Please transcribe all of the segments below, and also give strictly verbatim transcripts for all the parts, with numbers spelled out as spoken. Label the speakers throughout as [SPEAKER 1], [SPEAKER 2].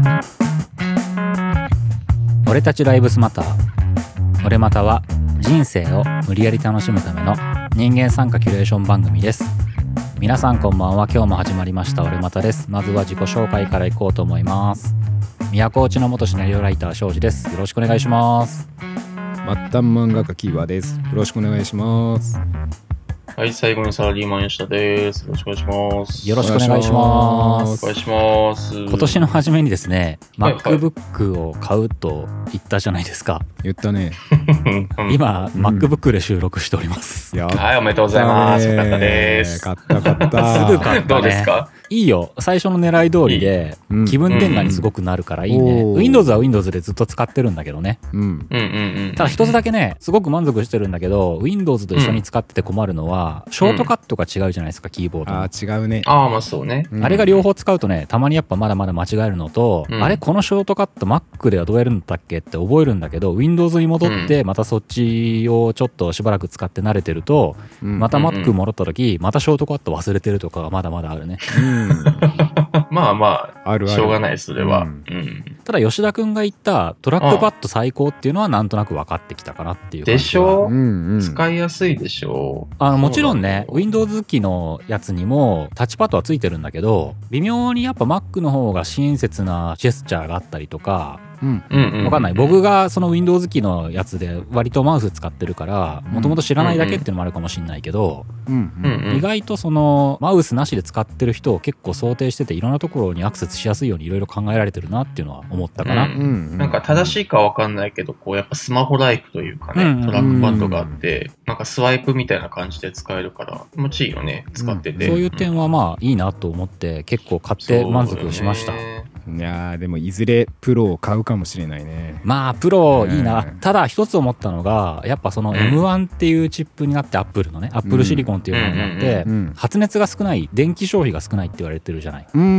[SPEAKER 1] 俺たちライブスマター。俺または人生を無理やり楽しむための人間参加キュレーション番組です。皆さんこんばんは。今日も始まりました俺またです。まずは自己紹介からいこうと思います。都落ちの元シナリオライター庄司です。よろしくお願いします。
[SPEAKER 2] 末端漫画家キーワです。よろしくお願いします。
[SPEAKER 3] はい、最後にサラリーマン吉田です。よろしくお願いします。
[SPEAKER 1] よろしくお願いします。
[SPEAKER 3] お願いします。
[SPEAKER 1] 今年の初めにですね、
[SPEAKER 3] はいはい、
[SPEAKER 1] MacBook を買うと言ったじゃないですか。
[SPEAKER 2] 言ったね。
[SPEAKER 1] 今、うん、MacBook で収録しております。
[SPEAKER 3] はい、おめでとうございます。よかったです。
[SPEAKER 2] 買った買った。
[SPEAKER 1] すぐ買ったね。
[SPEAKER 3] どうですか？
[SPEAKER 1] いいよ。最初の狙い通りで
[SPEAKER 2] いい
[SPEAKER 1] 気分転換にすごくなるからいいね、うん、Windows は Windows でずっと使ってるんだけどね、
[SPEAKER 2] うん、
[SPEAKER 1] ただ一つだけねすごく満足してるんだけど Windows と一緒に使ってて困るのは、うん、ショートカットが違うじゃないですか、キーボードの。
[SPEAKER 2] あー違うね。
[SPEAKER 3] ああまあそうね、
[SPEAKER 1] うん、あれが両方使うとねたまにやっぱまだまだ間違えるのと、うん、あれこのショートカット Mac ではどうやるんだっけって覚えるんだけど Windows に戻ってまたそっちをちょっとしばらく使って慣れてると、うん、また Mac 戻った時またショートカット忘れてるとかがまだまだあるね、うん
[SPEAKER 3] まあまあ、
[SPEAKER 2] あるある、
[SPEAKER 3] しょうがないそれは、うん
[SPEAKER 1] うん、ただ吉田くんが言ったトラックパッド最高っていうのはなんとなく分かってきたかなっていう感じ。
[SPEAKER 3] でしょ、
[SPEAKER 2] うんうん、
[SPEAKER 3] 使いやすいでしょ。
[SPEAKER 1] あのもちろんね Windows 機のやつにもタッチパッドはついてるんだけど微妙にやっぱ Mac の方が親切なジェスチャーがあったりとか、うんうんうん、わかんない。僕がその Windows 機のやつで割とマウス使ってるからもともと知らないだけっていうのもあるかもしれないけど、うんうんうん、意外とそのマウスなしで使ってる人を結構想定してていろんなところにアクセスしやすいようにいろいろ考えられてるなっていうのは思ったかな、うん
[SPEAKER 3] うん、なんか正しいかわかんないけどこうやっぱスマホライクというかね、うんうん、トラックパッドがあってなんかスワイプみたいな感じで使えるから気持ちいいよね使ってて、
[SPEAKER 1] うん、そういう点はまあいいなと思って結構買って満足しました。
[SPEAKER 2] いやでもいずれプロを買うかもしれないね。
[SPEAKER 1] まあプロいいな、うん、ただ一つ思ったのがやっぱその エムワン っていうチップになってアップルのねアップルシリコンっていうものになって、うん、発熱が少ない電気消費が少ないって言われてるじゃない、うん、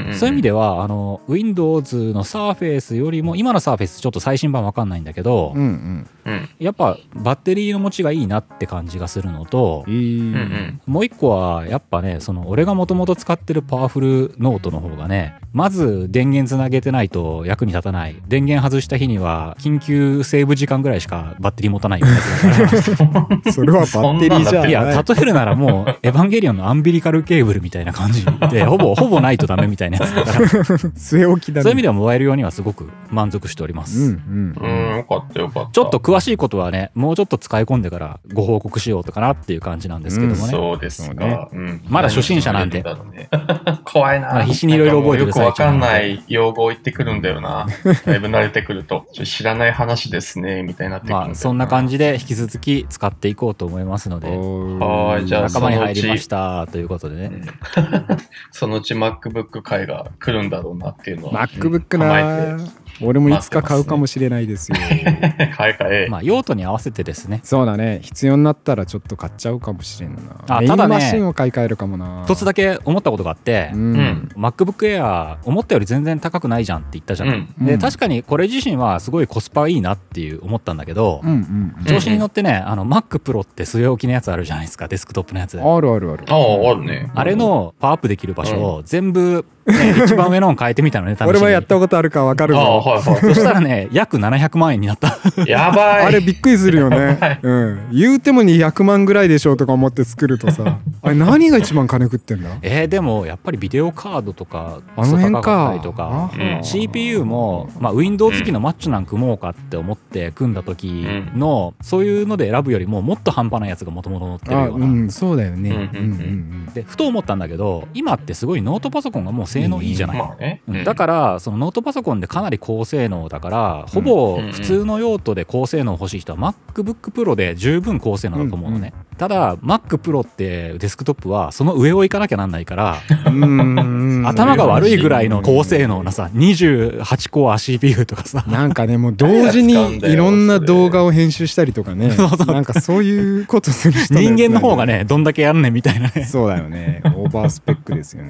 [SPEAKER 1] そういう意味ではあの Windows の Surface よりも今の Surface ちょっと最新版わかんないんだけど、うんうん、やっぱバッテリーの持ちがいいなって感じがするのと、うんうん、もう一個はやっぱねその俺がもともと使ってるパワフルノートの方がねまず電源つなげてないと役に立たない。電源外した日には緊急セーブ時間ぐらいしかバッテリー持たないようなやつだから
[SPEAKER 2] それはバッテリーじゃない。
[SPEAKER 1] いや例えるならもうエヴァンゲリオンのアンビリカルケーブルみたいな感じでほぼほぼないとダメみたいなやつだから
[SPEAKER 2] 据え置きだね。
[SPEAKER 1] そういう意味ではモバイル用にはすごく満足しております。
[SPEAKER 3] うんうん、うん、よかったよかった。
[SPEAKER 1] ちょっと詳しいことはねもうちょっと使い込んでからご報告しようとかなっていう感じなんですけどもね、うん、
[SPEAKER 3] そうですか、うん、
[SPEAKER 1] まだ初心者なんで、
[SPEAKER 3] ね、怖いな、
[SPEAKER 1] まあ、必死にいろいろ覚えてる最中なんで
[SPEAKER 3] よくわかんない用語言ってくるんだよなだいぶ慣れてくると知らない話ですねみたいになってくるんだよな。
[SPEAKER 1] まあそんな感じで引き続き使っていこうと思いますので、
[SPEAKER 3] はい、じゃあ
[SPEAKER 1] 仲間に入りましたということでね、うん、
[SPEAKER 3] そのうち MacBook 会が来るんだろうなっていうのは
[SPEAKER 2] MacBook な俺もいつか買うかもしれないですよ
[SPEAKER 3] 買え買え。
[SPEAKER 1] まあ用途に合わせてですね。
[SPEAKER 2] そうだね、必要になったらちょっと買っちゃうかもしれんな。
[SPEAKER 1] あ、
[SPEAKER 2] メインマシンを買い替えるかもな。
[SPEAKER 1] 一つだけ思ったことがあって、うん、MacBook Air 思ったより全然高くないじゃんって言ったじゃない、うん、で確かにこれ自身はすごいコスパいいなっていう思ったんだけど、うんうんうん、調子に乗ってねあの Mac Pro って据え置きのやつあるじゃないですか、デスクトップのやつ。
[SPEAKER 2] あるあるある。
[SPEAKER 3] ああ、あるね。
[SPEAKER 1] あれのパワーアップできる場所を全部、ね、一番上のを変えてみたのね。
[SPEAKER 2] 俺もやったことあるから分かるぞ。
[SPEAKER 3] あ、はいはい、
[SPEAKER 1] そしたらね約ななひゃくまんえんになった
[SPEAKER 3] やばい。
[SPEAKER 2] あれびっくりするよね、うん、言うてもにひゃくまんぐらいでしょうとか思って作るとさあれ何が一番金食ってんだ
[SPEAKER 1] えー、でもやっぱりビデオカードとか
[SPEAKER 2] あの辺か
[SPEAKER 1] 高かったりとか、うん、シーピーユー も、まあ、Windows 機のマッチなん組もうかって思って組んだ時の、うん、そういうので選ぶよりももっと半端なやつがもともと載ってるような。
[SPEAKER 2] あ、うん、そうだよね、うんうんうん、
[SPEAKER 1] でふと思ったんだけど今ってすごいノートパソコンがもう性能いいじゃない、
[SPEAKER 3] まあね、うん、
[SPEAKER 1] だからそのノートパソコンでかなり高性能だからほぼ普通の用途で高性能欲しい人は MacBook Pro で十分高性能だと思うのね、うんうん、ただ Mac Pro ってデスクトップはその上を行かなきゃなんないからうん頭が悪いぐらいの高性能なさにじゅうはちコア シーピーユー とかさ
[SPEAKER 2] なんかねもう同時にいろんな動画を編集したりとかねなんかそういうことする人、ね、
[SPEAKER 1] 人間の方がねどんだけやんねんみたいなね
[SPEAKER 2] そうだよねオーバースペックですよね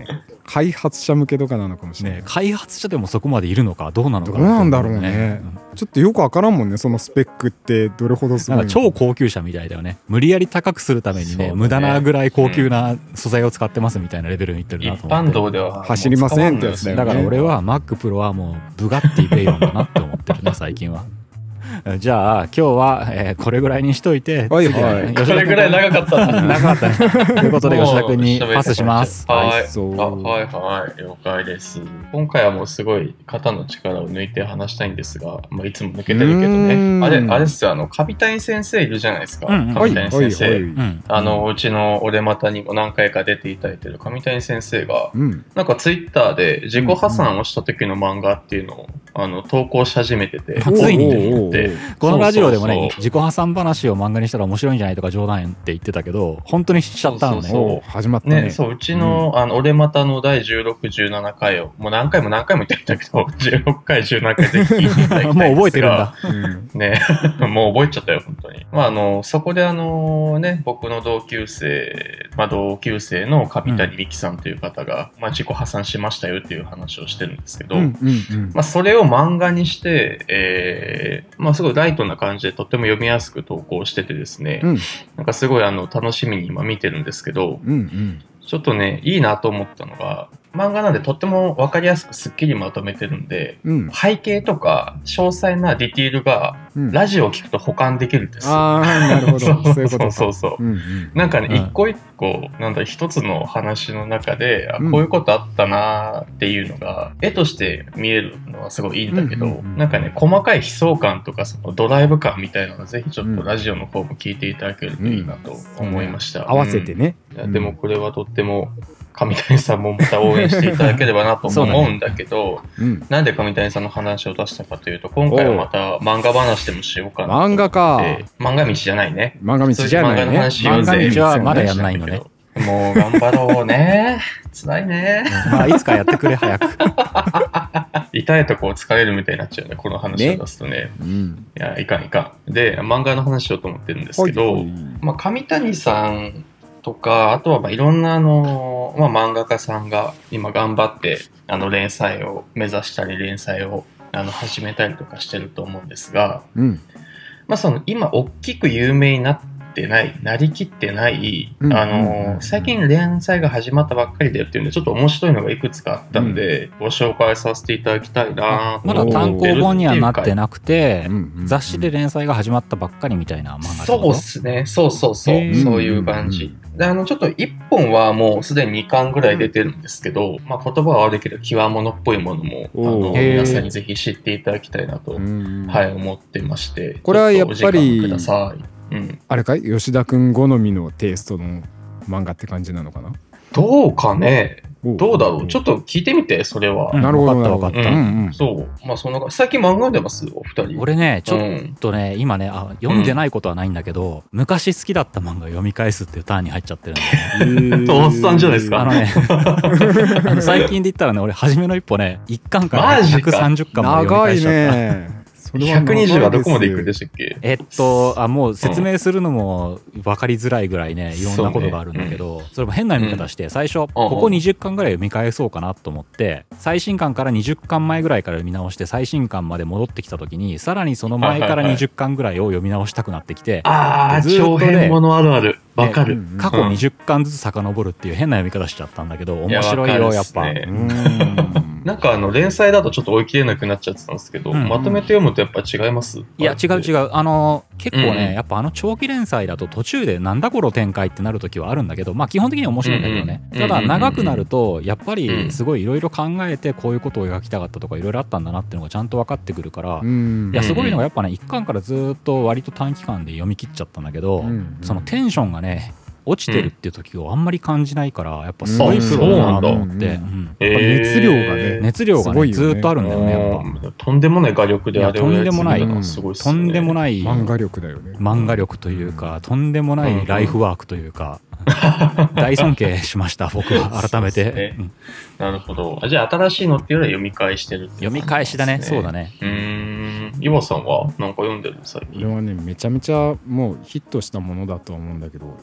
[SPEAKER 2] 開発者向けとかなのかもしれない、
[SPEAKER 1] ね、開発者でもそこまでいるのかどうなのか
[SPEAKER 2] どうなんだろうね、うん、ちょっとよくわからんもんね、そのスペックってどれほどすごいの。
[SPEAKER 1] なんか超高級車みたいだよね。無理やり高くするためにね、無駄なぐらい高級な素材を使ってますみたいなレベルにいってるなと思って、
[SPEAKER 3] 一般道では
[SPEAKER 2] 走りませんってやつだよね。
[SPEAKER 1] だから俺は Mac Pro はもうブガッティベイヨンだなって思ってるね最近は。じゃあ今日は、えー、これぐらいにしといて、
[SPEAKER 2] はいはい、
[SPEAKER 3] これぐらい長かった
[SPEAKER 1] 長かったねということで吉田君にパスします。
[SPEAKER 3] はい、はい、はいはい了解です。今回はもうすごい肩の力を抜いて話したいんですが、まあ、いつも抜けてるけどね、あれあれっすよ、あの上谷先生いるじゃないですか、うんうん、上谷先生、はいはいはい、あのうちの俺またにも何回か出ていただいてる上谷先生が、うん、なんかツイッターで自己破産をした時の漫画っていうのをあの投稿し始めてて、
[SPEAKER 1] ついにと思ってこのラジオでもね、自己破産話を漫画にしたら面白いんじゃないとか冗談って言ってたけど、本当にしちゃったのね。
[SPEAKER 3] そうそうそう、
[SPEAKER 2] 始まったね。
[SPEAKER 3] ね、そう、うちの、うん、あの、俺またのだいじゅうろく、じゅうななかいを、もう何回も何回も言ってたけど、じゅうろっかい、じゅうななかいぜひ聞いていただきたいんですが。
[SPEAKER 1] もう覚えてるんだ。
[SPEAKER 3] うん、ね、もう覚えちゃったよ、本当に。まあ、あの、そこであの、ね、僕の同級生、まあ、同級生の上谷美希さんという方が、うん、まあ、自己破産しましたよっていう話をしてるんですけど、うんうんうん、まあ、それを漫画にして、えー、まあ、すごいライトな感じでとっても読みやすく投稿しててですね、うん、なんかすごいあの楽しみに今見てるんですけど、うんうん、ちょっとねいいなと思ったのが、漫画なんでとっても分かりやすくすっきりまとめてるんで、うん、背景とか詳細なディティールがラジオを聞くと保管できるんですよ、うん、
[SPEAKER 2] ああなるほどそういうことか。
[SPEAKER 3] そうそうそう、うんうん、なんかね、一個一個なんだ一つの話の中で、あこういうことあったなっていうのが絵として見えるのはすごいいいんだけど、うんうんうん、なんかね細かい悲壮感とかそのドライブ感みたいなのをぜひちょっとラジオの方も聞いていただけるといいなと思いました、うん
[SPEAKER 2] うん、合わせてね、
[SPEAKER 3] いやでもこれはとっても上谷さんもまた応援していただければなと思うんだけど、ねうん、なんで上谷さんの話を出したかというと、今回はまた漫画話でもしようかなと思って。
[SPEAKER 2] 漫画か。
[SPEAKER 3] 漫画道じゃないね。
[SPEAKER 2] 漫画道じゃないね。
[SPEAKER 3] 漫画の話を
[SPEAKER 1] ぜひ。漫画道はまだやんないのね。
[SPEAKER 3] もう頑張ろうね。辛いね。
[SPEAKER 1] まあいつかやってくれ早く。
[SPEAKER 3] 痛いとこ疲れるみたいになっちゃうね、この話を出すとね。ねうん、いやいかんいかん。で漫画の話しようと思ってるんですけど、はい、まあ上谷さんとか、あとはまあいろんなあの、まあ、漫画家さんが今頑張ってあの連載を目指したり連載をあの始めたりとかしてると思うんですが、うん、まあその今大きく有名になってないなりきってない、うん、あの最近連載が始まったばっかりだよっていうんでちょっと面白いのがいくつかあったんで、うん、ご紹介させていただきたいなと思ってるっていうか、
[SPEAKER 1] まだ単行本にはなってなくて、雑誌で連載が始まったばっかりみたいな漫画。
[SPEAKER 3] そうですね、そうそうそう、そういう感じで、あのちょっといっぽんはもうすでににかんぐらい出てるんですけど、まあ、言葉は悪いけど極物っぽいものもあの皆さんにぜひ知っていただきたいなと、はい、思ってまして、
[SPEAKER 2] これはやっぱり
[SPEAKER 3] ください、うん、
[SPEAKER 2] あれかい吉田くん好みのテイストの漫画って感じなのかな。
[SPEAKER 3] どうかね、どうだろう、ちょっと聞いてみてそれは、
[SPEAKER 2] うん、なるほど分かった分かった、うんうん、
[SPEAKER 3] そうまあその最近漫画読んでますお二人。
[SPEAKER 1] 俺ねちょっとね、うん、今ねあ読んでないことはないんだけど、うん、昔好きだった漫画読み返すっていうターンに入っちゃってるんだよね。
[SPEAKER 3] おっさんじゃないですか。
[SPEAKER 1] あのねあの最近で言ったらね俺初めの一歩ねいっかんからひゃくさんじゅっかんまで読み返しちゃった。
[SPEAKER 2] 長いね。
[SPEAKER 3] ひゃくにじゅうはどこまでいくんでしたっけ。
[SPEAKER 1] えっとあもう説明するのも分かりづらいぐらいね、うん、いろんなことがあるんだけど そ,、ねうん、それも変な読み方して、最初、うん、ここにじゅっかんぐらい読み返そうかなと思って最新刊からにじゅっかんまえぐらいから読み直して最新刊まで戻ってきた時にさらにその前からにじゅっかんぐらいを読み直したくなってきて、
[SPEAKER 3] ああ長編ものあるあるわかる、
[SPEAKER 1] ね、過去にじゅっかんずつ遡るっていう変な読み方しちゃったんだけど面白いよやっぱ。
[SPEAKER 3] なんかあの連載だとちょっと追い切れなくなっちゃってたんですけど、うんうん、まとめて読むとやっぱ違います？
[SPEAKER 1] いや違う違う、あの結構ね、うん、やっぱあの長期連載だと途中でなんだこの展開ってなる時はあるんだけど、まあ基本的には面白いんだけどね、うんうん、ただ長くなるとやっぱりすごいいろいろ考えてこういうことを描きたかったとかいろいろあったんだなっていうのがちゃんと分かってくるから、うん、いやすごいのがやっぱねいっかんからずっと割と短期間で読み切っちゃったんだけど、うんうん、そのテンションがね落ちてるっていう時をあんまり感じないから、やっぱすごいプロだなと思って、うん、
[SPEAKER 2] 熱量がね
[SPEAKER 1] 熱量がねずっとあるんだよねやっぱ。
[SPEAKER 3] とんでもない画力であれをやる
[SPEAKER 1] のがすごいっすね。とんでもない
[SPEAKER 2] 漫画力だよね。
[SPEAKER 1] 漫画力というか、とんでもないライフワークというか、大尊敬しました僕は改めて、ね、うん、
[SPEAKER 3] なるほど。じゃあ新しいのっていうのは読み返してるって、ね、
[SPEAKER 1] 読み返しだね。そうだね。
[SPEAKER 3] うーん、岩さんはなんか読んでる最近。
[SPEAKER 2] 俺はねめちゃめちゃもうヒットしたものだと思うんだけど、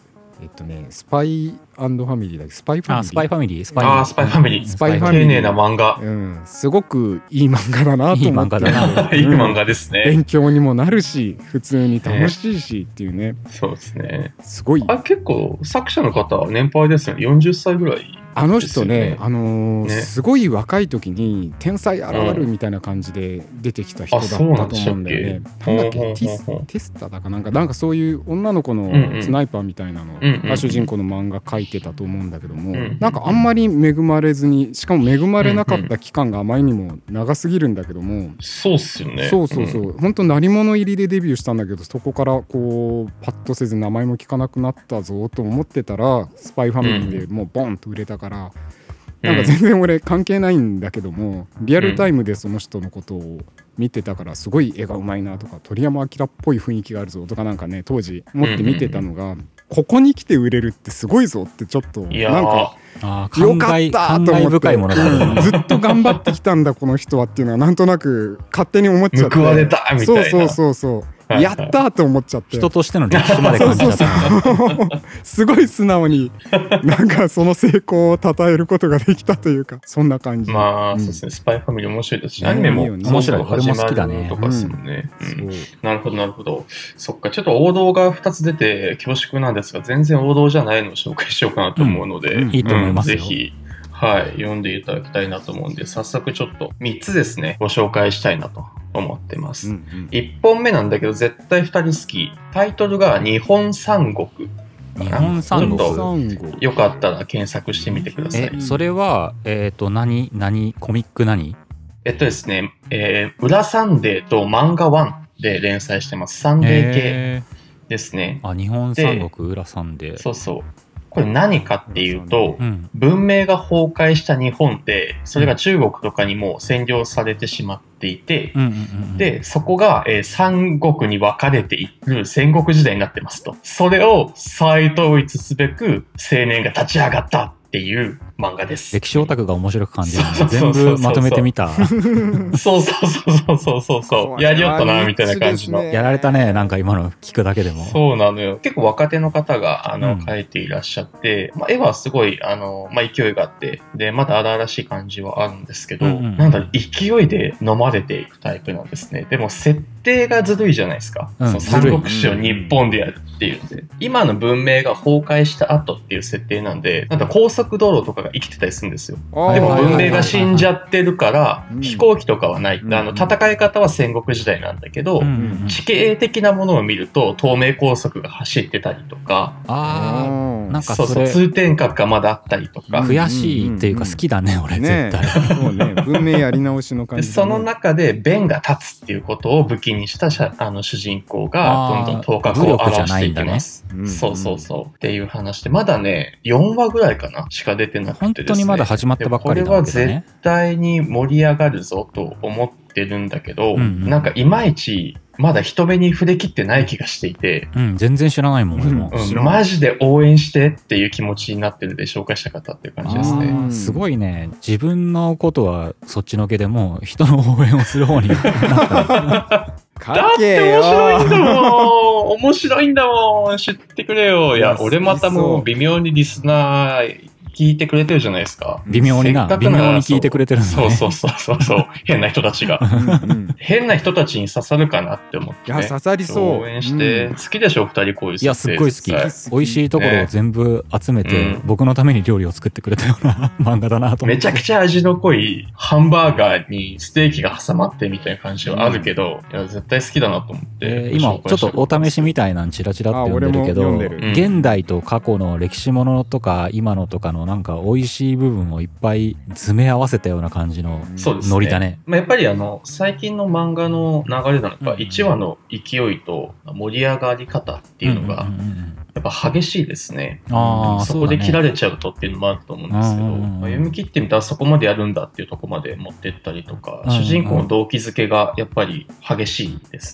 [SPEAKER 2] えっとねスパイ&ファミリーだっけスパイファミリー
[SPEAKER 1] あスパイファミリースパイ
[SPEAKER 3] あースパイファミリー
[SPEAKER 2] スパイファミリー
[SPEAKER 3] 丁寧な漫画、
[SPEAKER 2] うん、すごくいい漫画だなと思って
[SPEAKER 1] いい漫画だ
[SPEAKER 3] いい漫画ですね、
[SPEAKER 2] 勉強にもなるし普通に楽しいしっていうね、
[SPEAKER 3] そうですね。
[SPEAKER 2] すごい
[SPEAKER 3] あ、結構作者の方年配ですよね。よんじゅっさいぐらい。
[SPEAKER 2] あの人ね、
[SPEAKER 3] ね
[SPEAKER 2] あのー
[SPEAKER 3] ね
[SPEAKER 2] すごい若い時に天才現るみたいな感じで出てきた人だったと思うんだよね。
[SPEAKER 3] あそう
[SPEAKER 2] なんだっけ
[SPEAKER 3] なんでしたっけ
[SPEAKER 2] ティス
[SPEAKER 3] ほうほうほう
[SPEAKER 2] テスタだかなんかなんかそういう女の子の
[SPEAKER 3] うんうん
[SPEAKER 2] スナイパーみたいなの
[SPEAKER 3] うんうん
[SPEAKER 2] が主人公の漫画描いてたと思うんだけども、
[SPEAKER 3] うんうん
[SPEAKER 2] なんかあんまり恵まれずにしかも恵まれなかった期間があまりにも長すぎるんだけども、
[SPEAKER 3] そうっすよね。
[SPEAKER 2] そうそうそう、
[SPEAKER 3] ん
[SPEAKER 2] 本当鳴り物入りでデビューしたんだけどそこからこうパッとせず名前も聞かなくなったぞと思ってたらスパイファミリーでもうボンと売れたから、なんか全然俺関係ないんだけどもリアルタイムでその人のことを見てたからすごい絵がうまいなとか鳥山明っぽい雰囲気があるぞとかなんかね当時思って見てたのが、ここに来て売れるってすごいぞってちょっと
[SPEAKER 3] いや
[SPEAKER 2] なんか
[SPEAKER 1] あー
[SPEAKER 2] よか
[SPEAKER 1] 感慨
[SPEAKER 2] った
[SPEAKER 1] 感慨
[SPEAKER 2] と思って
[SPEAKER 1] 深いものだね
[SPEAKER 2] うんずっと頑張ってきたんだこの人はっていうのはなんとなく勝手に思っちゃって
[SPEAKER 3] 報われたみたいな。
[SPEAKER 2] そうそうそうそうやったーと思っちゃって
[SPEAKER 1] 人としての歴史まで感じちゃった
[SPEAKER 2] すごい素直になんかその成功を称えることができたというかそんな感じ。
[SPEAKER 3] まあ、
[SPEAKER 2] うん
[SPEAKER 3] そうですね。スパイファミリー面白いですし、
[SPEAKER 2] ね
[SPEAKER 3] アニメも
[SPEAKER 2] いいよね
[SPEAKER 1] 面白い
[SPEAKER 3] そうそう
[SPEAKER 1] 俺も好きだね
[SPEAKER 3] 始まるとかですもんね。うん
[SPEAKER 2] そう
[SPEAKER 3] なるほど、なるほど。そっか、ちょっと王道がふたつ出て恐縮なんですが、全然王道じゃないのを紹介しようかなと思うので、
[SPEAKER 2] うんうん
[SPEAKER 1] いいと思いますよ
[SPEAKER 3] ぜひ、はい、読んでいただきたいなと思うんで、早速ちょっとみっつですね、ご紹介したいなと思ってます。
[SPEAKER 2] うんうん
[SPEAKER 3] いっぽんめなんだけど、絶対ふたり好き。タイトルが日本三国。
[SPEAKER 1] 日本三国
[SPEAKER 3] ちょっと
[SPEAKER 2] サンゴ
[SPEAKER 3] よかったら検索してみてください
[SPEAKER 1] え。それはえっ、と何何コミック何
[SPEAKER 3] えっとですね、えー、裏サンデーと漫画ワンで連載してます。サンデー系
[SPEAKER 1] え
[SPEAKER 3] ですね。
[SPEAKER 1] ー、あ日本三国裏さんで
[SPEAKER 3] そうそう。これ何かっていうと、
[SPEAKER 1] うん
[SPEAKER 3] 文明が崩壊した日本で、それが中国とかにも占領されてしまっていて、
[SPEAKER 1] うんうんうんうん
[SPEAKER 3] で、そこが、えー三国に分かれている戦国時代になってますと。それを再統一すべく青年が立ち上がったっていう漫画です。
[SPEAKER 1] 歴史オタクが面白く感じる
[SPEAKER 3] そうそうそうそう
[SPEAKER 1] 全部まとめてみた
[SPEAKER 3] そうそうそうそうそうそう。やりよったな、みたいな感じの。
[SPEAKER 1] やられたねなんか今の聞くだけでも
[SPEAKER 3] そうなのよ。結構若手の方が、あの、
[SPEAKER 1] うん
[SPEAKER 3] 描いていらっしゃって、まあ、絵はすごい、あの、まあ、勢いがあって、で、まだ荒々しい感じはあるんですけど、
[SPEAKER 1] うんうん
[SPEAKER 3] なんだろう、勢いで飲まれていくタイプなんですね。でも、設定がずるいじゃないですか。
[SPEAKER 1] うん
[SPEAKER 3] その三国志を日本でやるっていうんで。今の文明が崩壊した後っていう設定なんで、なんか高速道路とかが生きてたりするんですよ。
[SPEAKER 2] あー
[SPEAKER 3] でも文明が
[SPEAKER 2] はい
[SPEAKER 3] 死んじゃってるから
[SPEAKER 2] う、ん
[SPEAKER 3] 飛行機とかはない。
[SPEAKER 2] うん
[SPEAKER 3] あの、戦い方は戦国時代なんだけど、
[SPEAKER 1] うんうんうん
[SPEAKER 3] 地形的なものを見ると東名高速が走ってたりとか、
[SPEAKER 1] あーなんか
[SPEAKER 3] そうそう、
[SPEAKER 1] それ
[SPEAKER 3] 通天閣がまだあったりとか、
[SPEAKER 2] うん
[SPEAKER 1] 悔しいっていうか好きだね俺
[SPEAKER 2] ね
[SPEAKER 1] 絶対
[SPEAKER 2] そうね文明やり直しの感
[SPEAKER 3] で
[SPEAKER 2] じでね
[SPEAKER 3] その中で弁が立つっていうことを武器にしたしゃあの主人公がどんどん頭角を現していきます。
[SPEAKER 2] うん
[SPEAKER 3] そうそうそう。っていう話で、まだね、よんわぐらいかなしか出てなくてですね。
[SPEAKER 1] 本当にまだ始まったばっかりなわけだ
[SPEAKER 3] でこれは
[SPEAKER 1] ね
[SPEAKER 3] 絶対に盛り上がるぞと思ってるんだけど、
[SPEAKER 1] うんうん
[SPEAKER 3] なんかいまいちまだ人目に触れきってない気がしていて、
[SPEAKER 1] うん全然知らないもん俺も、
[SPEAKER 3] うん
[SPEAKER 2] 知らない
[SPEAKER 3] マジで応援してっていう気持ちになってるんで紹介した方っていう感じですね。
[SPEAKER 1] あーすごいね自分のことはそっちのけでも人の応援をする方になった
[SPEAKER 2] か
[SPEAKER 3] だって面白いんだもん面白いんだもん知ってくれよいや
[SPEAKER 2] いや、
[SPEAKER 3] 俺またも
[SPEAKER 2] そう
[SPEAKER 3] う微妙にリスナー聞いてくれてるじゃないですか。
[SPEAKER 1] 微妙にな微
[SPEAKER 3] せっかくなら
[SPEAKER 1] 妙に聞いてくれてるんだね
[SPEAKER 3] そうそうそうそうそう。変な人たちが。
[SPEAKER 2] うんうん
[SPEAKER 3] 変な人たちに刺さるかなって思って、ね。
[SPEAKER 2] いや刺さりそう
[SPEAKER 3] 応援して、
[SPEAKER 2] うん
[SPEAKER 3] 好きでしょ、二人こういう
[SPEAKER 1] いやすっごい好き
[SPEAKER 3] 絶対
[SPEAKER 2] 好き
[SPEAKER 1] 美味しいところを全部集めて、
[SPEAKER 3] うん
[SPEAKER 1] 僕のために料理を作ってくれたような漫画だなと思って
[SPEAKER 3] めちゃくちゃ味の濃いハンバーガーにステーキが挟まってみたいな感じはあるけど、いや絶対好きだなと思って、
[SPEAKER 1] えー今ちょっとお試しみたいなんチラチラって読んでるけ
[SPEAKER 2] あ
[SPEAKER 1] ど
[SPEAKER 2] 俺も読んで
[SPEAKER 3] る
[SPEAKER 1] 現代と過去の歴史ものとか今のとかのなんか美味しい部分をいっぱい詰め合わせたような感じの
[SPEAKER 3] そうですね。
[SPEAKER 1] ノリだね。
[SPEAKER 3] まあ、やっぱりあの、最近の漫画の流れなのか、
[SPEAKER 1] うん
[SPEAKER 3] いちわの勢いと盛り上がり方っていうのが
[SPEAKER 1] ん、んん
[SPEAKER 3] やっぱ激しいですね。
[SPEAKER 1] あー
[SPEAKER 3] そこで
[SPEAKER 1] そうだね
[SPEAKER 3] 切られちゃうとっていうのもあると思うんですけど、
[SPEAKER 1] うんうんうん
[SPEAKER 3] まあ読み切ってみたらそこまでやるんだっていうところまで持ってったりとか、
[SPEAKER 1] うんうん
[SPEAKER 3] 主人公の動機づけがやっぱり激しいですね。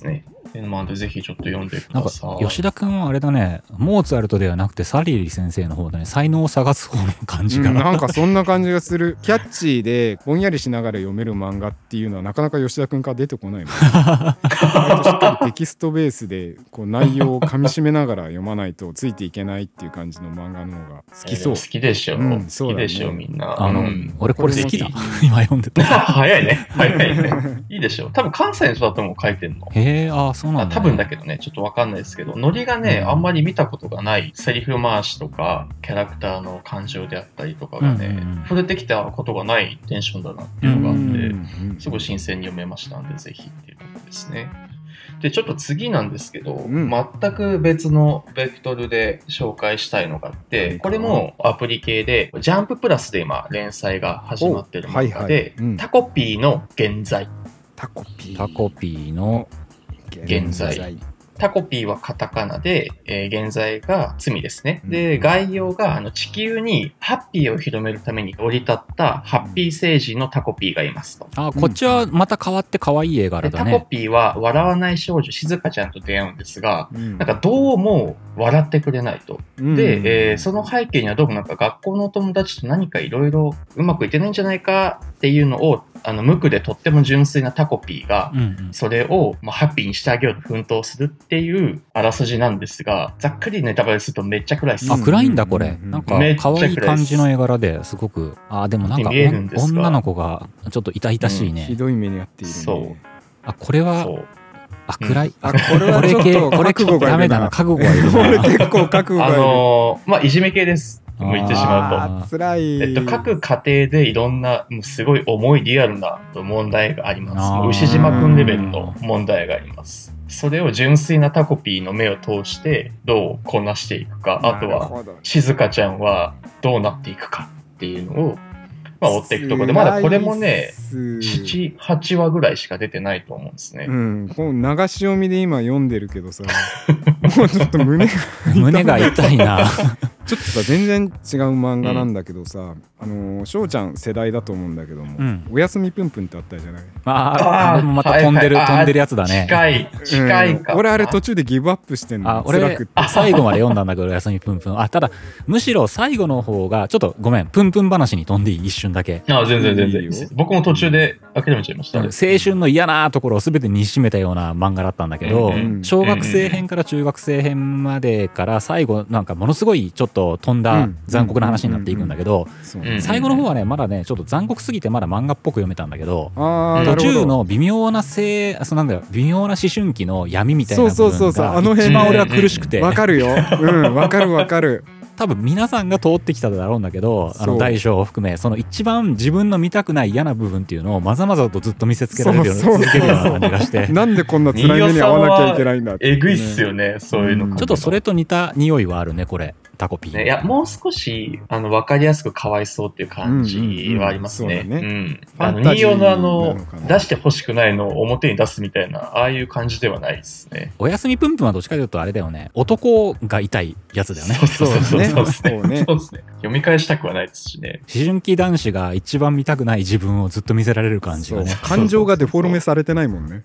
[SPEAKER 3] まあ、でぜひちょっと読んでください。
[SPEAKER 1] なんか吉田君はあれだね、モーツァルトではなくてサリリ先生の方だね、才能を探す方の感じが、
[SPEAKER 2] うん、なんかそんな感じがする。キャッチーでぼんやりしながら読める漫画っていうのはなかなか吉田君から出てこないもん、ね、しっかりテキストベースでこう内容をかみしめながら読まないとついていけないっていう感じの漫画の方が好きそう。
[SPEAKER 3] えー、好きでしょ、うん、好きでしょ、みんな。
[SPEAKER 1] あの、うん、俺これ好きだ今読んでた
[SPEAKER 3] 早いね早いねいいでしょ。多分関西の人だとも書いてんの。
[SPEAKER 1] へえ、あ、そうなんだ、ね、
[SPEAKER 3] 多分だけどね、ちょっとわかんないですけど、ノリがね、うん、あんまり見たことがないセリフ回しとかキャラクターの感情であったりとかがね、うんうんうん、触れてきたことがないテンションだなっていうのがあって、うんうんうん、すごい新鮮に読めましたんで、ぜひっていうところですね。でちょっと次なんですけど、うん、全く別のベクトルで紹介したいのがあって、これもアプリ系でジャンププラスで今連載が始まってる漫画で、はいはい、うん、タコピーの現在。
[SPEAKER 2] タコピー
[SPEAKER 1] タコピーの
[SPEAKER 3] 現在。タコピーはカタカナで、えー、現在が罪ですね。で、概要があの地球にハッピーを広めるために降り立ったハッピー星人のタコピーがいますと。
[SPEAKER 1] あ、こっちはまた変わって可愛い絵柄だね。
[SPEAKER 3] タコピーは笑わない少女静香ちゃんと出会うんですが、うん、なんかどうも笑ってくれないと。うん、で、えー、その背景にはどうもなんか学校のお友達と何かいろいろうまくいってないんじゃないかっていうのをあの無垢でとっても純粋なタコピーがそれをまあハッピーにしてあげようと奮闘するっていうあらすじなんですが、ざっくりネタバレするとめっちゃ暗いです。
[SPEAKER 1] あ、暗いんだこれ。なんか可愛い感じの絵柄ですごく。あ、でもなんか女の子がちょっと痛々しいね。
[SPEAKER 2] うん、ひどい目に遭っている、ね。
[SPEAKER 3] そう。
[SPEAKER 1] あ、これは。あ、暗い。
[SPEAKER 2] あ、これはちょっと覚悟がいるな。
[SPEAKER 1] ダメだな、覚悟がいる。
[SPEAKER 2] これ結構覚悟がいる。
[SPEAKER 3] あのー、まあ、いじめ系です。もう言ってしまうと。
[SPEAKER 2] 辛い。
[SPEAKER 3] えっと、各家庭でいろんな、もうすごい重いリアルな問題があります。もう牛島くんレベルの問題があります。それを純粋なタコピーの目を通してどうこなしていくか、あとは静香ちゃんはどうなっていくかっていうのを、まあ、追っていくところで、まだこれもね、なな、はちわぐらいしか出てないと思うんですね。
[SPEAKER 2] うん、この流し読みで今読んでるけどさ、もうちょっと胸が
[SPEAKER 1] 胸が痛いな。
[SPEAKER 2] ちょっとさ、全然違う漫画なんだけどさ、うん、あの翔ちゃん世代だと思うんだけども、うん、おやすみぷんぷんってあったじゃない。
[SPEAKER 1] ああ、また飛んでる、はいはい、飛んでるやつだね。
[SPEAKER 3] 近い近いか、
[SPEAKER 2] うん、俺あれ途中でギブアップしてんの。
[SPEAKER 1] あ、俺最後まで読んだんだけどおやすみぷんぷん。あ、ただむしろ最後の方がちょっとごめん、ぷんぷん話に飛んでいい、一瞬だけ。
[SPEAKER 3] あ、全然全然いいよ。僕も途中で諦めちゃいました、ね、
[SPEAKER 1] 青春の嫌なところを全てにしめたような漫画だったんだけど、うんうん、小学生編から中学生編までから最後なんかものすごいちょっと飛んだ、うん残酷な話になっていくんだけど、最後の方はねまだねちょっと残酷すぎてまだ漫画っぽく読めたんだけど、途中の微妙なせそなんだよ微妙な思春期の闇みたいな部分が一番俺は苦しくて、
[SPEAKER 2] わかるよ、うんわかるわかる。
[SPEAKER 1] 多分皆さんが通ってきただろうんだけど、あの大小を含めその一番自分の見たくない嫌な部分っていうのをまざまざとずっと見せつけられるような続けるような感じがして、
[SPEAKER 2] なんでこんな辛い目に遭わなきゃいけないんだって、
[SPEAKER 3] えぐいっすよね、そういうの、うん、
[SPEAKER 1] ちょっとそれと似た匂いはあるねこれタコピー、
[SPEAKER 3] ね、いやもう少しあの分かりやすくかわいそうっていう感じはありますね。人形のあの出してほしくないのを表に出すみたいなああいう感じではないですね。
[SPEAKER 1] おやすみぷんぷんはどっちかというとあれだよね、男が痛いやつだよね。
[SPEAKER 3] そうそうそうそうですね。そうですね。読み返したくはないですしね。
[SPEAKER 1] 思春期男子が一番見たくない自分をずっと見せられる感じがね。
[SPEAKER 2] 感情がデフォルメされてないもんね。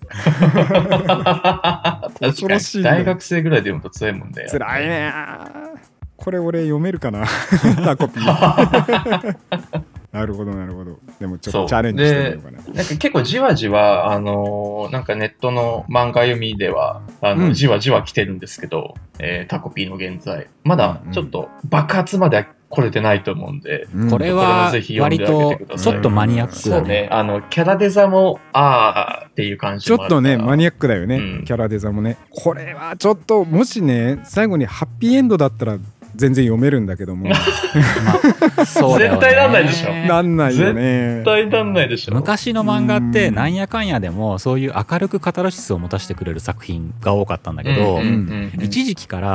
[SPEAKER 3] 恐ろしい、ね。大学生ぐらいで読むと辛いもんね。
[SPEAKER 2] 辛いね。これ俺読めるかなタコピー。なるほどなるほど。でもちょっとチャレンジしてみようかな。
[SPEAKER 3] なんか結構じわじわあのー、なんかネットの漫画読みではあの、うん、じわじわ来てるんですけど、えー、タコピーの現在まだちょっと爆発までは来れてないと思うんで、
[SPEAKER 1] うん、これは割とちょっとマニアックだね。
[SPEAKER 3] そうね、あのキャラデザもあーっていう感じもあるから
[SPEAKER 2] ちょっとねマニアックだよね、うん、キャラデザもね。これはちょっともしね最後にハッピーエンドだったら全然読めるんだけども、ま
[SPEAKER 1] あ、そうだよね、
[SPEAKER 3] 絶対なんないでしょ。
[SPEAKER 2] なんないよね。
[SPEAKER 3] 絶対なんないでしょ。
[SPEAKER 1] 昔の漫画ってなんやかんやでもそういう明るくカタルシスを持たせてくれる作品が多かったんだけど、一時期から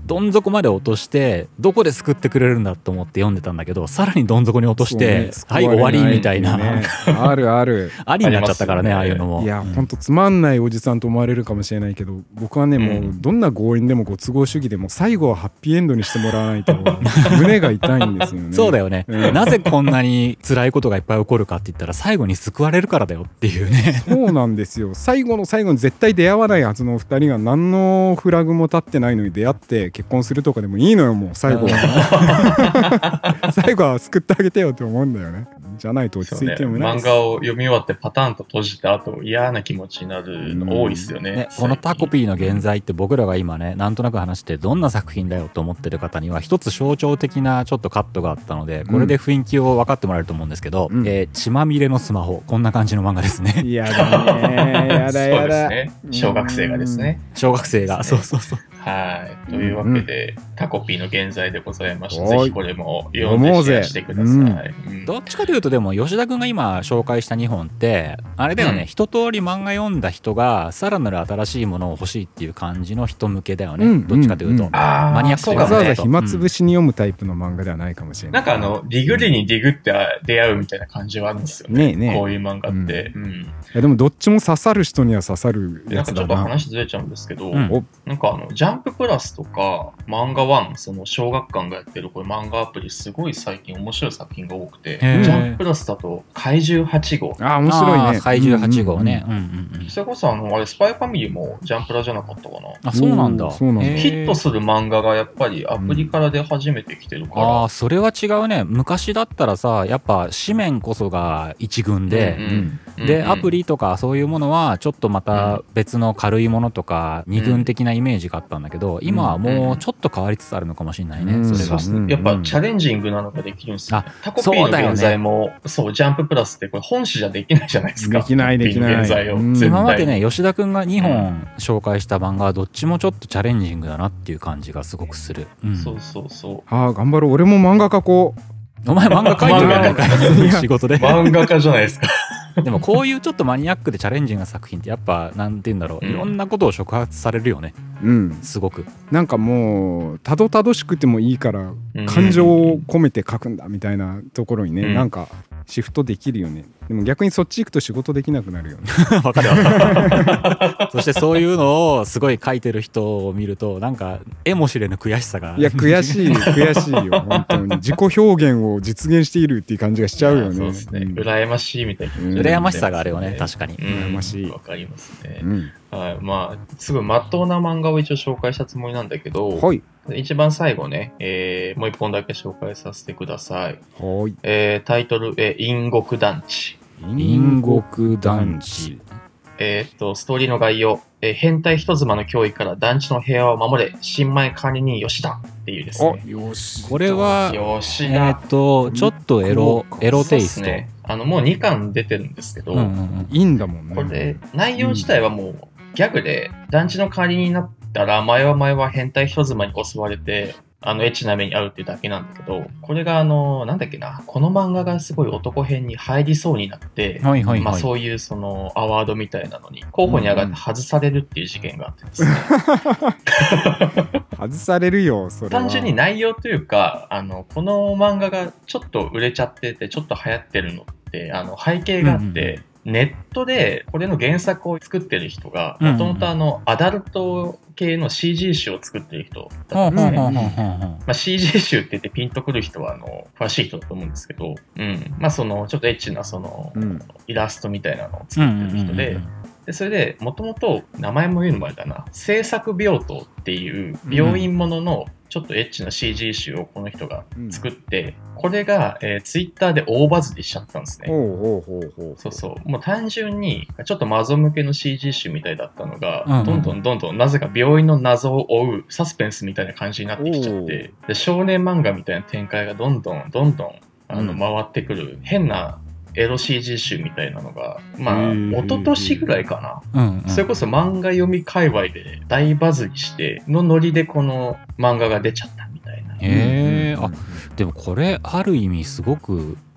[SPEAKER 1] どん底まで落としてどこで救ってくれるんだと思って読んでたんだけど、さらにどん底に落として、ね、はい終わりみたいな、
[SPEAKER 2] ね、あるある
[SPEAKER 1] ありになっちゃったからね、ああいうのも。
[SPEAKER 2] いや、うん、ほんとつまんないおじさんと思われるかもしれないけど、僕はね、うん、もうどんな強引でもご都合主義でも最後はハッピーエンドにしてもらわないと胸が痛いんですよね。
[SPEAKER 1] そうだよね、うん、なぜこんなに辛いことがいっぱい起こるかって言ったら最後に救われるからだよっていうね。
[SPEAKER 2] そうなんですよ。最後の最後に絶対出会わないはずのふたりが何のフラグも立ってないのに出会って結婚するとかでもいいのよ、もう最後は最後は救ってあげてよって思うんだよね。じゃないと落ち着いてもないです、
[SPEAKER 3] ね、漫画を読み終わってパターンと閉じた後嫌な気持ちになるの多いですよね。ね、
[SPEAKER 1] このタコピーの現在って僕らが今ねなんとなく話してどんな作品だよと思ってる方には一つ象徴的なちょっとカットがあったので、これで雰囲気を分かってもらえると思うんですけど、うん、えー、血まみれのスマホ、こんな感じの漫画ですね。
[SPEAKER 2] いやだねやだやだ、
[SPEAKER 3] ね、小学生がですね、
[SPEAKER 1] 小学生が、ね、そうそうそう。
[SPEAKER 3] はい。というわけで、うん、タコピーの現在でございまして、ぜひこれも読んでシェアしてください。うん
[SPEAKER 1] うん、どっちかというとでも吉田君が今紹介したにほんってあれだよね、うん、一通り漫画読んだ人がさらなる新しいものを欲しいっていう感じの人向けだよね、うん、どっちかというと、うん、
[SPEAKER 3] マ
[SPEAKER 1] ニアックという
[SPEAKER 2] か、わざわざ暇つぶしに読むタイプの漫画ではないかもしれない。
[SPEAKER 3] なんかあのディグリにディグって出会うみたいな感じはあるんですよね。ねえねえ、こういう漫画って、うんうん、い
[SPEAKER 2] やでもどっちも刺さる人には刺さるやつだな。
[SPEAKER 3] なんかちょっと話ずれちゃうんですけど、うん、なんかあのジャンププラスとか漫画ワン、その小学館がやってるこれ漫画アプリ、すごい最近面白い作品が多くて、ジャンププラスだと怪獣はち号、
[SPEAKER 2] あ面白いね、
[SPEAKER 1] 怪獣はち号ね、
[SPEAKER 3] それこそあのあれスパイファミリーもジャンプラじゃなかったかな。
[SPEAKER 1] あ、そうなんだ。
[SPEAKER 2] ヒッ
[SPEAKER 3] トする漫画がやっぱりアプリから出始めてきてるから、うん、
[SPEAKER 1] あそれは違うね。昔だったらさ、やっぱ紙面こそが一軍で、うんうん、でアプリとかそういうものはちょっとまた別の軽いものとか二軍的なイメージがあったんだけど、今はもうちょっと変わりつつあるのかもしれないね、うん、それが。
[SPEAKER 3] そうやっぱチャレンジングなのができるんですよ、ね、タコピーの現在も そう、ね、そうジャンププラスってこれ本誌じゃできないじゃないですか。
[SPEAKER 2] できないできない。
[SPEAKER 3] 現在を
[SPEAKER 1] 今までね吉田くんがにほん紹介した漫画はどっちもちょっとチャレンジングだなっていう感じがすごくする、うん、
[SPEAKER 3] そうそうそう。
[SPEAKER 2] ああ頑張ろう、俺も漫画描こ
[SPEAKER 1] う。お前漫画描いてるやないか仕事で。
[SPEAKER 3] 漫画家じゃないですか。
[SPEAKER 1] でもこういうちょっとマニアックでチャレンジングな作品ってやっぱなんて言うんだろう、うん、いろんなことを触発されるよね、うん、すごく
[SPEAKER 2] なんかもうたどたどしくてもいいから感情を込めて書くんだみたいなところにね、うん、なんかシフトできるよね。でも逆にそっち行くと仕事できなくなるよね。
[SPEAKER 1] わかるわ。そしてそういうのをすごい書いてる人を見るとなんか絵も知れぬ悔しさが。
[SPEAKER 2] いや悔しい悔しいよ本当に。自己表現を実現しているっていう感じがしちゃうよね。
[SPEAKER 3] そうですね、うん、羨ましいみたいな、うん、
[SPEAKER 1] 羨ましさがあるよね、確かに、
[SPEAKER 3] うん、羨ましい。わかりますね、うん、はい。まあすごい真っ当な漫画を一応紹介したつもりなんだけど、はい、一番最後ね、えー、もう一本だけ紹介させてください。はい、えー、タイトル、えー、陰極団地。
[SPEAKER 1] 陰極団地。
[SPEAKER 3] えー、っと、ストーリーの概要。えー、変態人妻の脅威から団地の平和を守れ、新米管理人吉田っていうですね。
[SPEAKER 2] よし。
[SPEAKER 1] これは、
[SPEAKER 3] 吉田。
[SPEAKER 1] えー、っと、ちょっとエロ、エロテイスト。ね、
[SPEAKER 3] あの、もうにかん出てるんですけど、うんうんうん、
[SPEAKER 2] いいんだもんね。
[SPEAKER 3] これ、内容自体はもうギャグで、団地の管理人になったら、前は前は変態人妻に襲われて、あのエッチな目に遭うっていうだけなんだけど、これがあのなんだっけな、この漫画がすごい男編に入りそうになって、はいはいはい、まあそういうそのアワードみたいなのに候補に上がって外されるっていう事件があってですね、
[SPEAKER 2] 外されるよそれは。
[SPEAKER 3] 単純に内容というか、あのこの漫画がちょっと売れちゃっててちょっと流行ってるのってあの背景があって、うんうん、ネットでこれの原作を作ってる人がもともとあのアダルト系の シージー 集を作ってる人だったんですね。まあ、シージー 集って言ってピンとくる人はあの詳しい人だと思うんですけど、うん、まあそのちょっとエッチなその、うん、イラストみたいなのを作ってる人で、でそれでもともと名前も言うのもあれだな、制作病棟っていう病院もののちょっとエッチな シージー 集をこの人が作って、うん、これが、えー、ツイッターで大バズりしちゃったんですね。ほうほうほうほう。そうそう。もう単純にちょっとマゾ向けの シージー 集みたいだったのが、うんうん、どんどんどんどんなぜか病院の謎を追うサスペンスみたいな感じになってきちゃって、で少年漫画みたいな展開がどんどんどんどんあの、うん、回ってくる変なエロ シージー 集みたいなのが、まあ、一昨年ぐらいかな、うんうん。それこそ漫画読み界隈で大バズりして、のノリでこの漫画が出ちゃったみたいな。
[SPEAKER 1] へー、あ、でもこれある意味すごく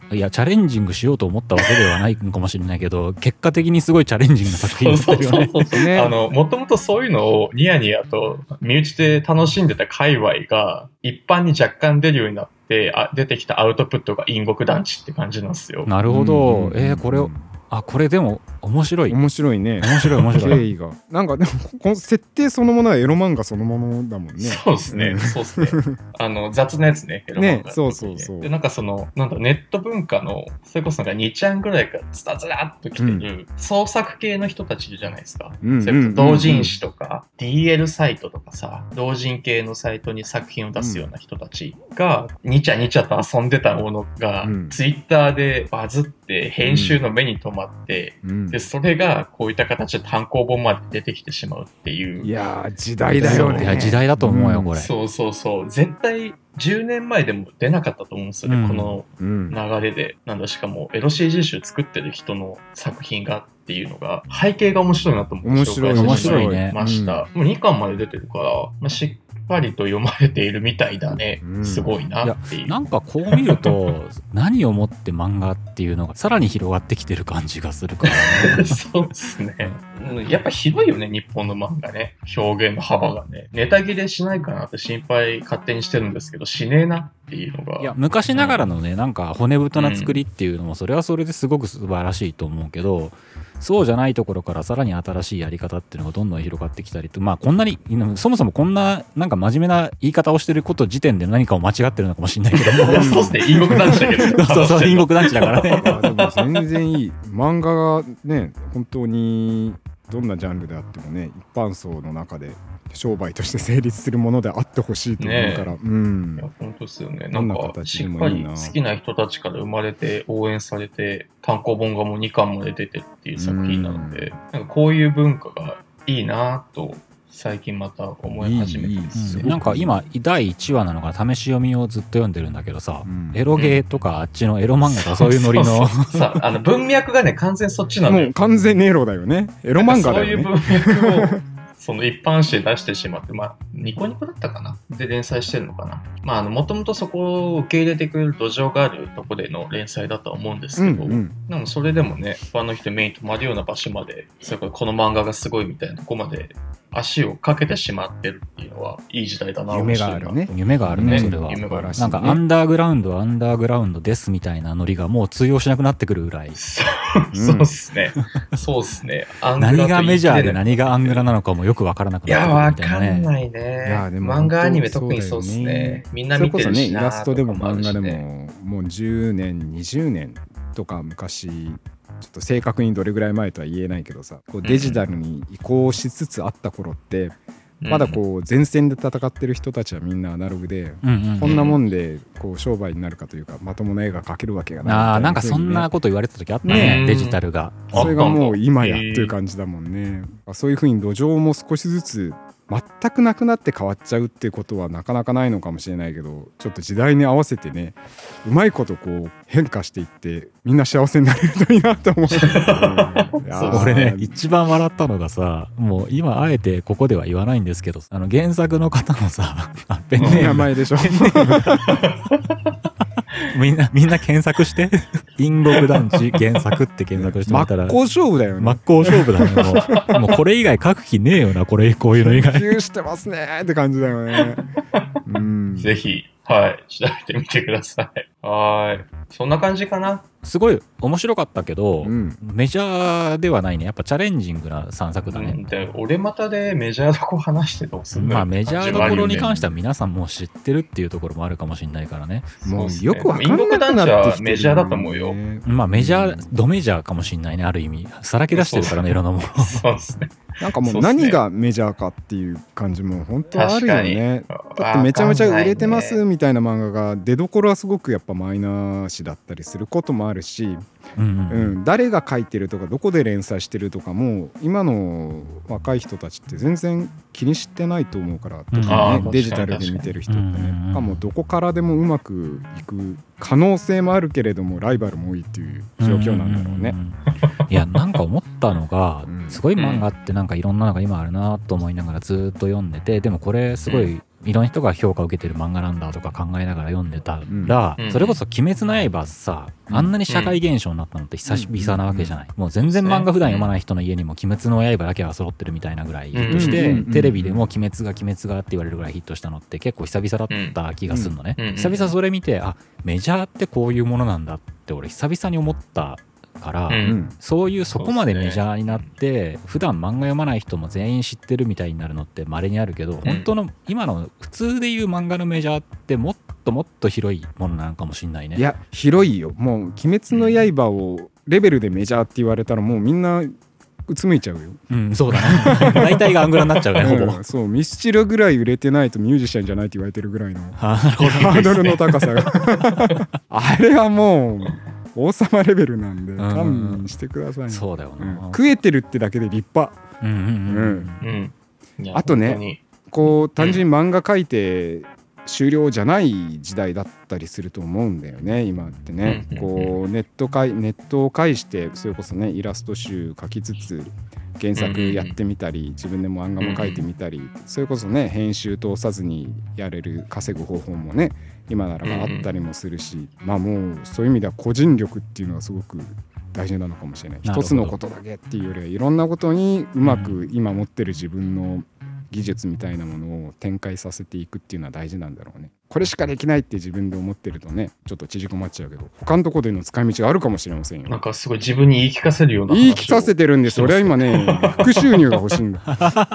[SPEAKER 1] いやチャレンジングしようと思ったわけではないかもしれないけど結果的にすごいチャレンジングな作品だったよね。
[SPEAKER 3] そうそうそうそうあのもともとそういうのをニヤニヤと身内で楽しんでた界隈が一般に若干出るようになってあ出てきたアウトプットが陰極団地って感じなんですよ。
[SPEAKER 1] なるほど、えー、これをあこれでも面白い
[SPEAKER 2] 面白いね
[SPEAKER 1] 面白い面白い
[SPEAKER 2] 経緯がなんかでもこの設定そのものはエロ漫画そのものだもんね。
[SPEAKER 3] そうですね、うん、そうですねあの雑なやつねエロ漫画、ね、
[SPEAKER 2] そうそうそう
[SPEAKER 3] でなんかそのなんだネット文化のそれこそなんかにちゃんぐらいからズラズラっと来てる創作系の人たちいるじゃないですか、うん、それこそ同人誌とか、うん、ディーエル サイトとかさ同人系のサイトに作品を出すような人たちが、うん、にちゃにちゃと遊んでたものが、うん、ツイッターでバズって編集の目に留まって、うんでそれがこういった形で単行本まで出てきてしまうっていう。
[SPEAKER 2] いやー時代だよね。
[SPEAKER 1] いや時代だと思うよこれ、
[SPEAKER 3] うん、そうそうそう絶対じゅうねんまえでも出なかったと思うんですよね、うん、この流れで、うん、なんだしかもエロ シージー 集作ってる人の作品がっていうのが背景が面白いなと思って
[SPEAKER 2] 面白い
[SPEAKER 1] 面白いね
[SPEAKER 3] ました、うん、もうにかんまで出てるから、まあ、しっかりと読まれているみたいだね、うん、すごいなっていう。いや
[SPEAKER 1] なんかこう見ると何をもって漫画っていうのがさらに広がってきてる感じがするから、
[SPEAKER 3] ね、そうですねやっぱ広いよね日本の漫画ね表現の幅がね。ネタ切れしないかなって心配勝手にしてるんですけどしねえなっていうのが。
[SPEAKER 1] いや昔ながらのね、うん、なんか骨太な作りっていうのもそれはそれですごく素晴らしいと思うけど、そうじゃないところからさらに新しいやり方っていうのがどんどん広がってきたりと、まあこんなにそもそもこんななんか真面目な言い方をしてること時点で何かを間違ってるのかもしれないけども
[SPEAKER 3] そうですね陰極団地だけど
[SPEAKER 1] そうそう陰極団地だからね
[SPEAKER 2] でも全然いい漫画がね本当にどんなジャンルであってもね一般層の中で商売として成立するものであってほしいと思うから、ね、うん、
[SPEAKER 3] いや本当ですよね。なんかしっかり好きな人たちから生まれて応援されて単行本がもうにかんまで出てっていう作品なので、うん、なんかこういう文化がいいなと最近また思い始めてですね。
[SPEAKER 1] なんか今だいいちわなのが試し読みをずっと読んでるんだけどさ、うん、エロゲーとかあっちのエロ漫画とかそういうノリの
[SPEAKER 3] さあの文脈がね完全そっちなのよ。
[SPEAKER 2] もう完全にエロだよね。エロ漫画だよね。
[SPEAKER 3] そういう文脈をその一般紙で出してしまって、まあ、ニコニコだったかなで連載してるのかな。まあ、あの、もともとそこを受け入れてくれる土壌があるところでの連載だとは思うんですけど、うんうん、でもそれでもね、一般の人目に留まるような場所まで、それからこの漫画がすごいみたいなとこまで足をかけてしまってるっていうのはいい時代だな。
[SPEAKER 2] 夢があるね。
[SPEAKER 1] 夢があるね、それは。夢があるね。なんかアンダーグラウンド、アンダーグラウンドですみたいなノリがもう通用しなくなってくるぐらい。
[SPEAKER 3] そう、そうっすね。そうっすね。
[SPEAKER 1] 何がメジャーで何がアングラなのかもよくわからなくなってくる。
[SPEAKER 3] わかんないね。いやでも漫画アニメ特にそうですね。みんな見てるしな。
[SPEAKER 2] それこそねイラストでも漫画でももうじゅうねんにじゅうねんとか昔ちょっと正確にどれぐらい前とは言えないけどさ、こうデジタルに移行しつつあった頃って、うん、まだこう前線で戦ってる人たちはみんなアナログで、うんうんうん、こんなもんでこう商売になるかというかまともな絵が描けるわけがないみたいな、ね、
[SPEAKER 1] あなんかそんなこと言われてた時あったね、デジタルが。
[SPEAKER 2] それがもう今やっていう感じだもんね。そういう風に土壌も少しずつ全くなくなって変わっちゃうっていうことはなかなかないのかもしれないけど、ちょっと時代に合わせてねうまいことこう変化していってみんな幸せになれるといいなと思う
[SPEAKER 1] 俺ね一番笑ったのがさ、もう今あえてここでは言わないんですけど、あの原作の方のさ
[SPEAKER 2] ペンネーム名前でしょ
[SPEAKER 1] みんなみんな検索して陰極団地原作って検索してみたら
[SPEAKER 2] 真っ向勝負だよね。
[SPEAKER 1] 真っ向勝負だね。もう、もうこれ以外書く気ねえよな、これこういうの以外。
[SPEAKER 2] 研究してますねって感じだよね。
[SPEAKER 3] うん、ぜひはい調べてみてください。はいそんな感じかな。
[SPEAKER 1] すごい面白かったけど、うん、メジャーではないね。やっぱチャレンジングなさんさくだね、うん、
[SPEAKER 3] で俺またでメジャーどこ話してどうすんの。
[SPEAKER 1] まあメジャーどころに関しては皆さんもう知ってるっていうところもあるかもしれないからね。
[SPEAKER 2] もうよくわかんなくなってきてる、ね、陰極団地は
[SPEAKER 3] メジャーだと思うよ。
[SPEAKER 1] まあメジャー、ドメジャーかもしれないね。ある意味さらけ出してるからね、いろんなもの。
[SPEAKER 3] そうですね。
[SPEAKER 2] なんかもう何がメジャーかっていう感じも本当あるよね。だってめちゃめちゃ売れてますみたいな漫画が出どころはすごくやっぱマイナー誌だったりすることもあるし、うんうんうん、誰が書いてるとかどこで連載してるとかも今の若い人たちって全然気にしてないと思うから、特にね、デジタルで見てる人ってね、うんうん、もうどこからでもうまくいく可能性もあるけれどもライバルも多いっていう状況なんだろうね。うんうんうん、
[SPEAKER 1] いやなんか思ったのがすごい漫画ってなんかいろんなのが今あるなと思いながらずっと読んでて、でもこれすごいいろんな人が評価を受けてる漫画なんだとか考えながら読んでたら、うん、それこそ「鬼滅の刃」さ、うん、あんなに社会現象になったのって久々なわけじゃない、うん、もう全然漫画普段読まない人の家にも「鬼滅の刃」だけは揃ってるみたいなぐらいヒットして、うん、テレビでも「鬼滅が鬼滅が」って言われるぐらいヒットしたのって結構久々だった気がするのね、うん、久々それ見てあメジャーってこういうものなんだって俺久々に思ったから、うん、そういうそこまでメジャーになって、ね、普段漫画読まない人も全員知ってるみたいになるのって稀にあるけど、うん、本当の今の普通でいう漫画のメジャーってもっともっと広いものなのかもしれないね。
[SPEAKER 2] いや広いよ。もう鬼滅の刃をレベルでメジャーって言われたらもうみんなうつむいちゃうよ。
[SPEAKER 1] うんそうだね大体がアングラになっちゃうね、ほぼ、
[SPEAKER 2] うん、そうミスチルぐらい売れてないとミュージシャンじゃないって言われてるぐらいのハードルの高さがあれはもう王様レベルなんで勘弁してください、ね、
[SPEAKER 1] そうだよな、
[SPEAKER 2] うん、食えてるってだけで立派。
[SPEAKER 1] うんうんうん
[SPEAKER 2] うん、あとねこう単純に漫画描いて終了じゃない時代だったりすると思うんだよね今ってね、うん、こうネットかいネットを介してそれこそねイラスト集描きつつ原作やってみたり自分でも漫画も描いてみたりそれこそね編集通さずにやれる稼ぐ方法もね今ならばあったりもするし、まあもうそういう意味では個人力っていうのはすごく大事なのかもしれない。一つのことだけっていうよりはいろんなことにうまく今持ってる自分の技術みたいなものを展開させていくっていうのは大事なんだろうね。これしかできないって自分で思ってるとねちょっと縮こまっちゃうけど他のところでの使い道があるかもしれませんよ。
[SPEAKER 3] なんかすごい自分に言い聞かせるような話を
[SPEAKER 2] 言い聞かせてるんです。俺は今ね副収入が欲しいんだ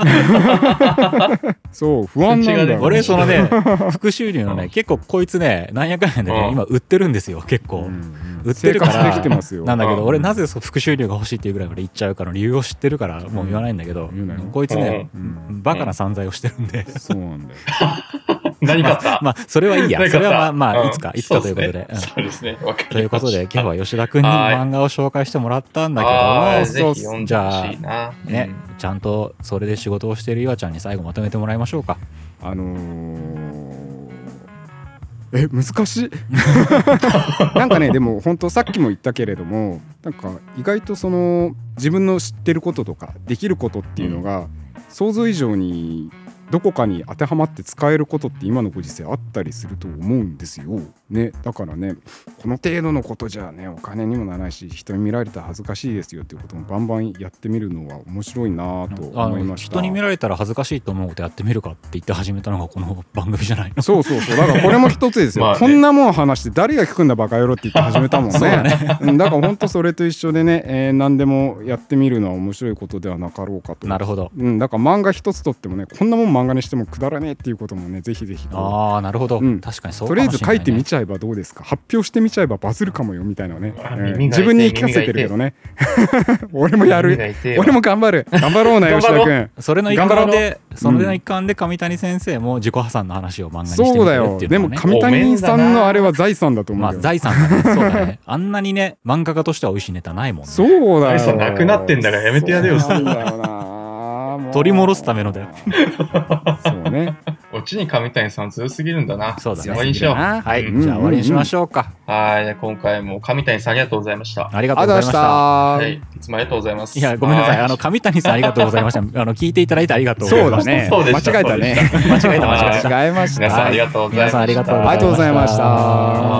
[SPEAKER 2] そう不安なんだよ。
[SPEAKER 1] 俺そのね副収入のね結構こいつねなんやかんやでね今売ってるんですよ結構、うん、売ってるから
[SPEAKER 2] できてますよ。
[SPEAKER 1] なんだけど俺なぜ副収入が欲しいっていうぐらいまで言っちゃうかの理由を知ってるからもう言わないんだけど、うん、こいつね、うん、バカな散財をしてるんで、うん、
[SPEAKER 2] そうなんだよ
[SPEAKER 3] 何かあった、
[SPEAKER 1] まあ、まあそれはいいやそれはまあ、まあ、いつか、うん、いつかということで
[SPEAKER 3] そうですね、うん、
[SPEAKER 1] ということで今日は吉田くんに漫画を紹介してもらったんだけどもそうじゃあね、うん、ちゃんとそれで仕事をしている岩ちゃんに最後まとめてもらいましょうか。
[SPEAKER 2] あのー、え難しいなんかねでも本当さっきも言ったけれどもなんか意外とその自分の知ってることとかできることっていうのが、うん、想像以上にどこかに当てはまって使えることって今のご時世あったりすると思うんですよ、ね、だからねこの程度のことじゃねお金にもならないし人に見られたら恥ずかしいですよっていうこともバンバンやってみるのは面白いなと思いました。
[SPEAKER 1] 人に見られたら恥ずかしいと思うことやってみるかって言って始めたのがこの番組じゃないの。
[SPEAKER 2] そうそうそうだからこれも一つですよ、まあね、こんなもん話して誰が聞くんだバカ野郎って言って始めたもんねそうだねだから本当それと一緒でね、えー、何でもやってみるのは面白いことではなかろうかと。
[SPEAKER 1] なるほど、
[SPEAKER 2] うん、だから漫画一つとってもねこんなもん漫画にしてもくだらねえっていうこともねぜひぜひ
[SPEAKER 1] ああなるほど、うん、確かにそうかもしれない、ね、
[SPEAKER 2] とりあえず書いてみちゃえばどうですか発表してみちゃえばバズるかもよみたいなね、えー、自分に言い聞かせてるけどね俺もやる俺も頑張る頑張ろうな吉田君
[SPEAKER 1] それの一環でそれの一環で上谷先生も自己破産の話を漫画にしてみてるっていうのは、ね、
[SPEAKER 2] そうだよでも上谷さんのあれは財産だと思うよ。
[SPEAKER 1] まあ財産だねそうだねあんなにね漫画家としては美味しいネタないもんね。
[SPEAKER 2] そうだよ
[SPEAKER 3] 財産なくなってんだからやめてやれよ。
[SPEAKER 2] そうなんだよな
[SPEAKER 1] 取り戻すためのだよ
[SPEAKER 2] そうね
[SPEAKER 3] こっちに上谷さん強すぎるんだな。
[SPEAKER 1] そうだね。
[SPEAKER 3] 終わりにしよう。
[SPEAKER 1] はい、うん、じゃあ終わりにしましょうか。
[SPEAKER 3] はい、今回も上谷さんありがとうございました。
[SPEAKER 1] ありがとうございました。
[SPEAKER 3] はい、いつもありがとうございます。
[SPEAKER 1] いやごめんなさい、あの上谷さんありがとうございました。あの聞いていただいてありがとうございました。
[SPEAKER 2] そうだね。間違えたね。
[SPEAKER 1] 間違えた間違えた。
[SPEAKER 2] 間違えました。
[SPEAKER 3] 皆さんありがとうございました。
[SPEAKER 1] 皆さんありがとう
[SPEAKER 2] ございました。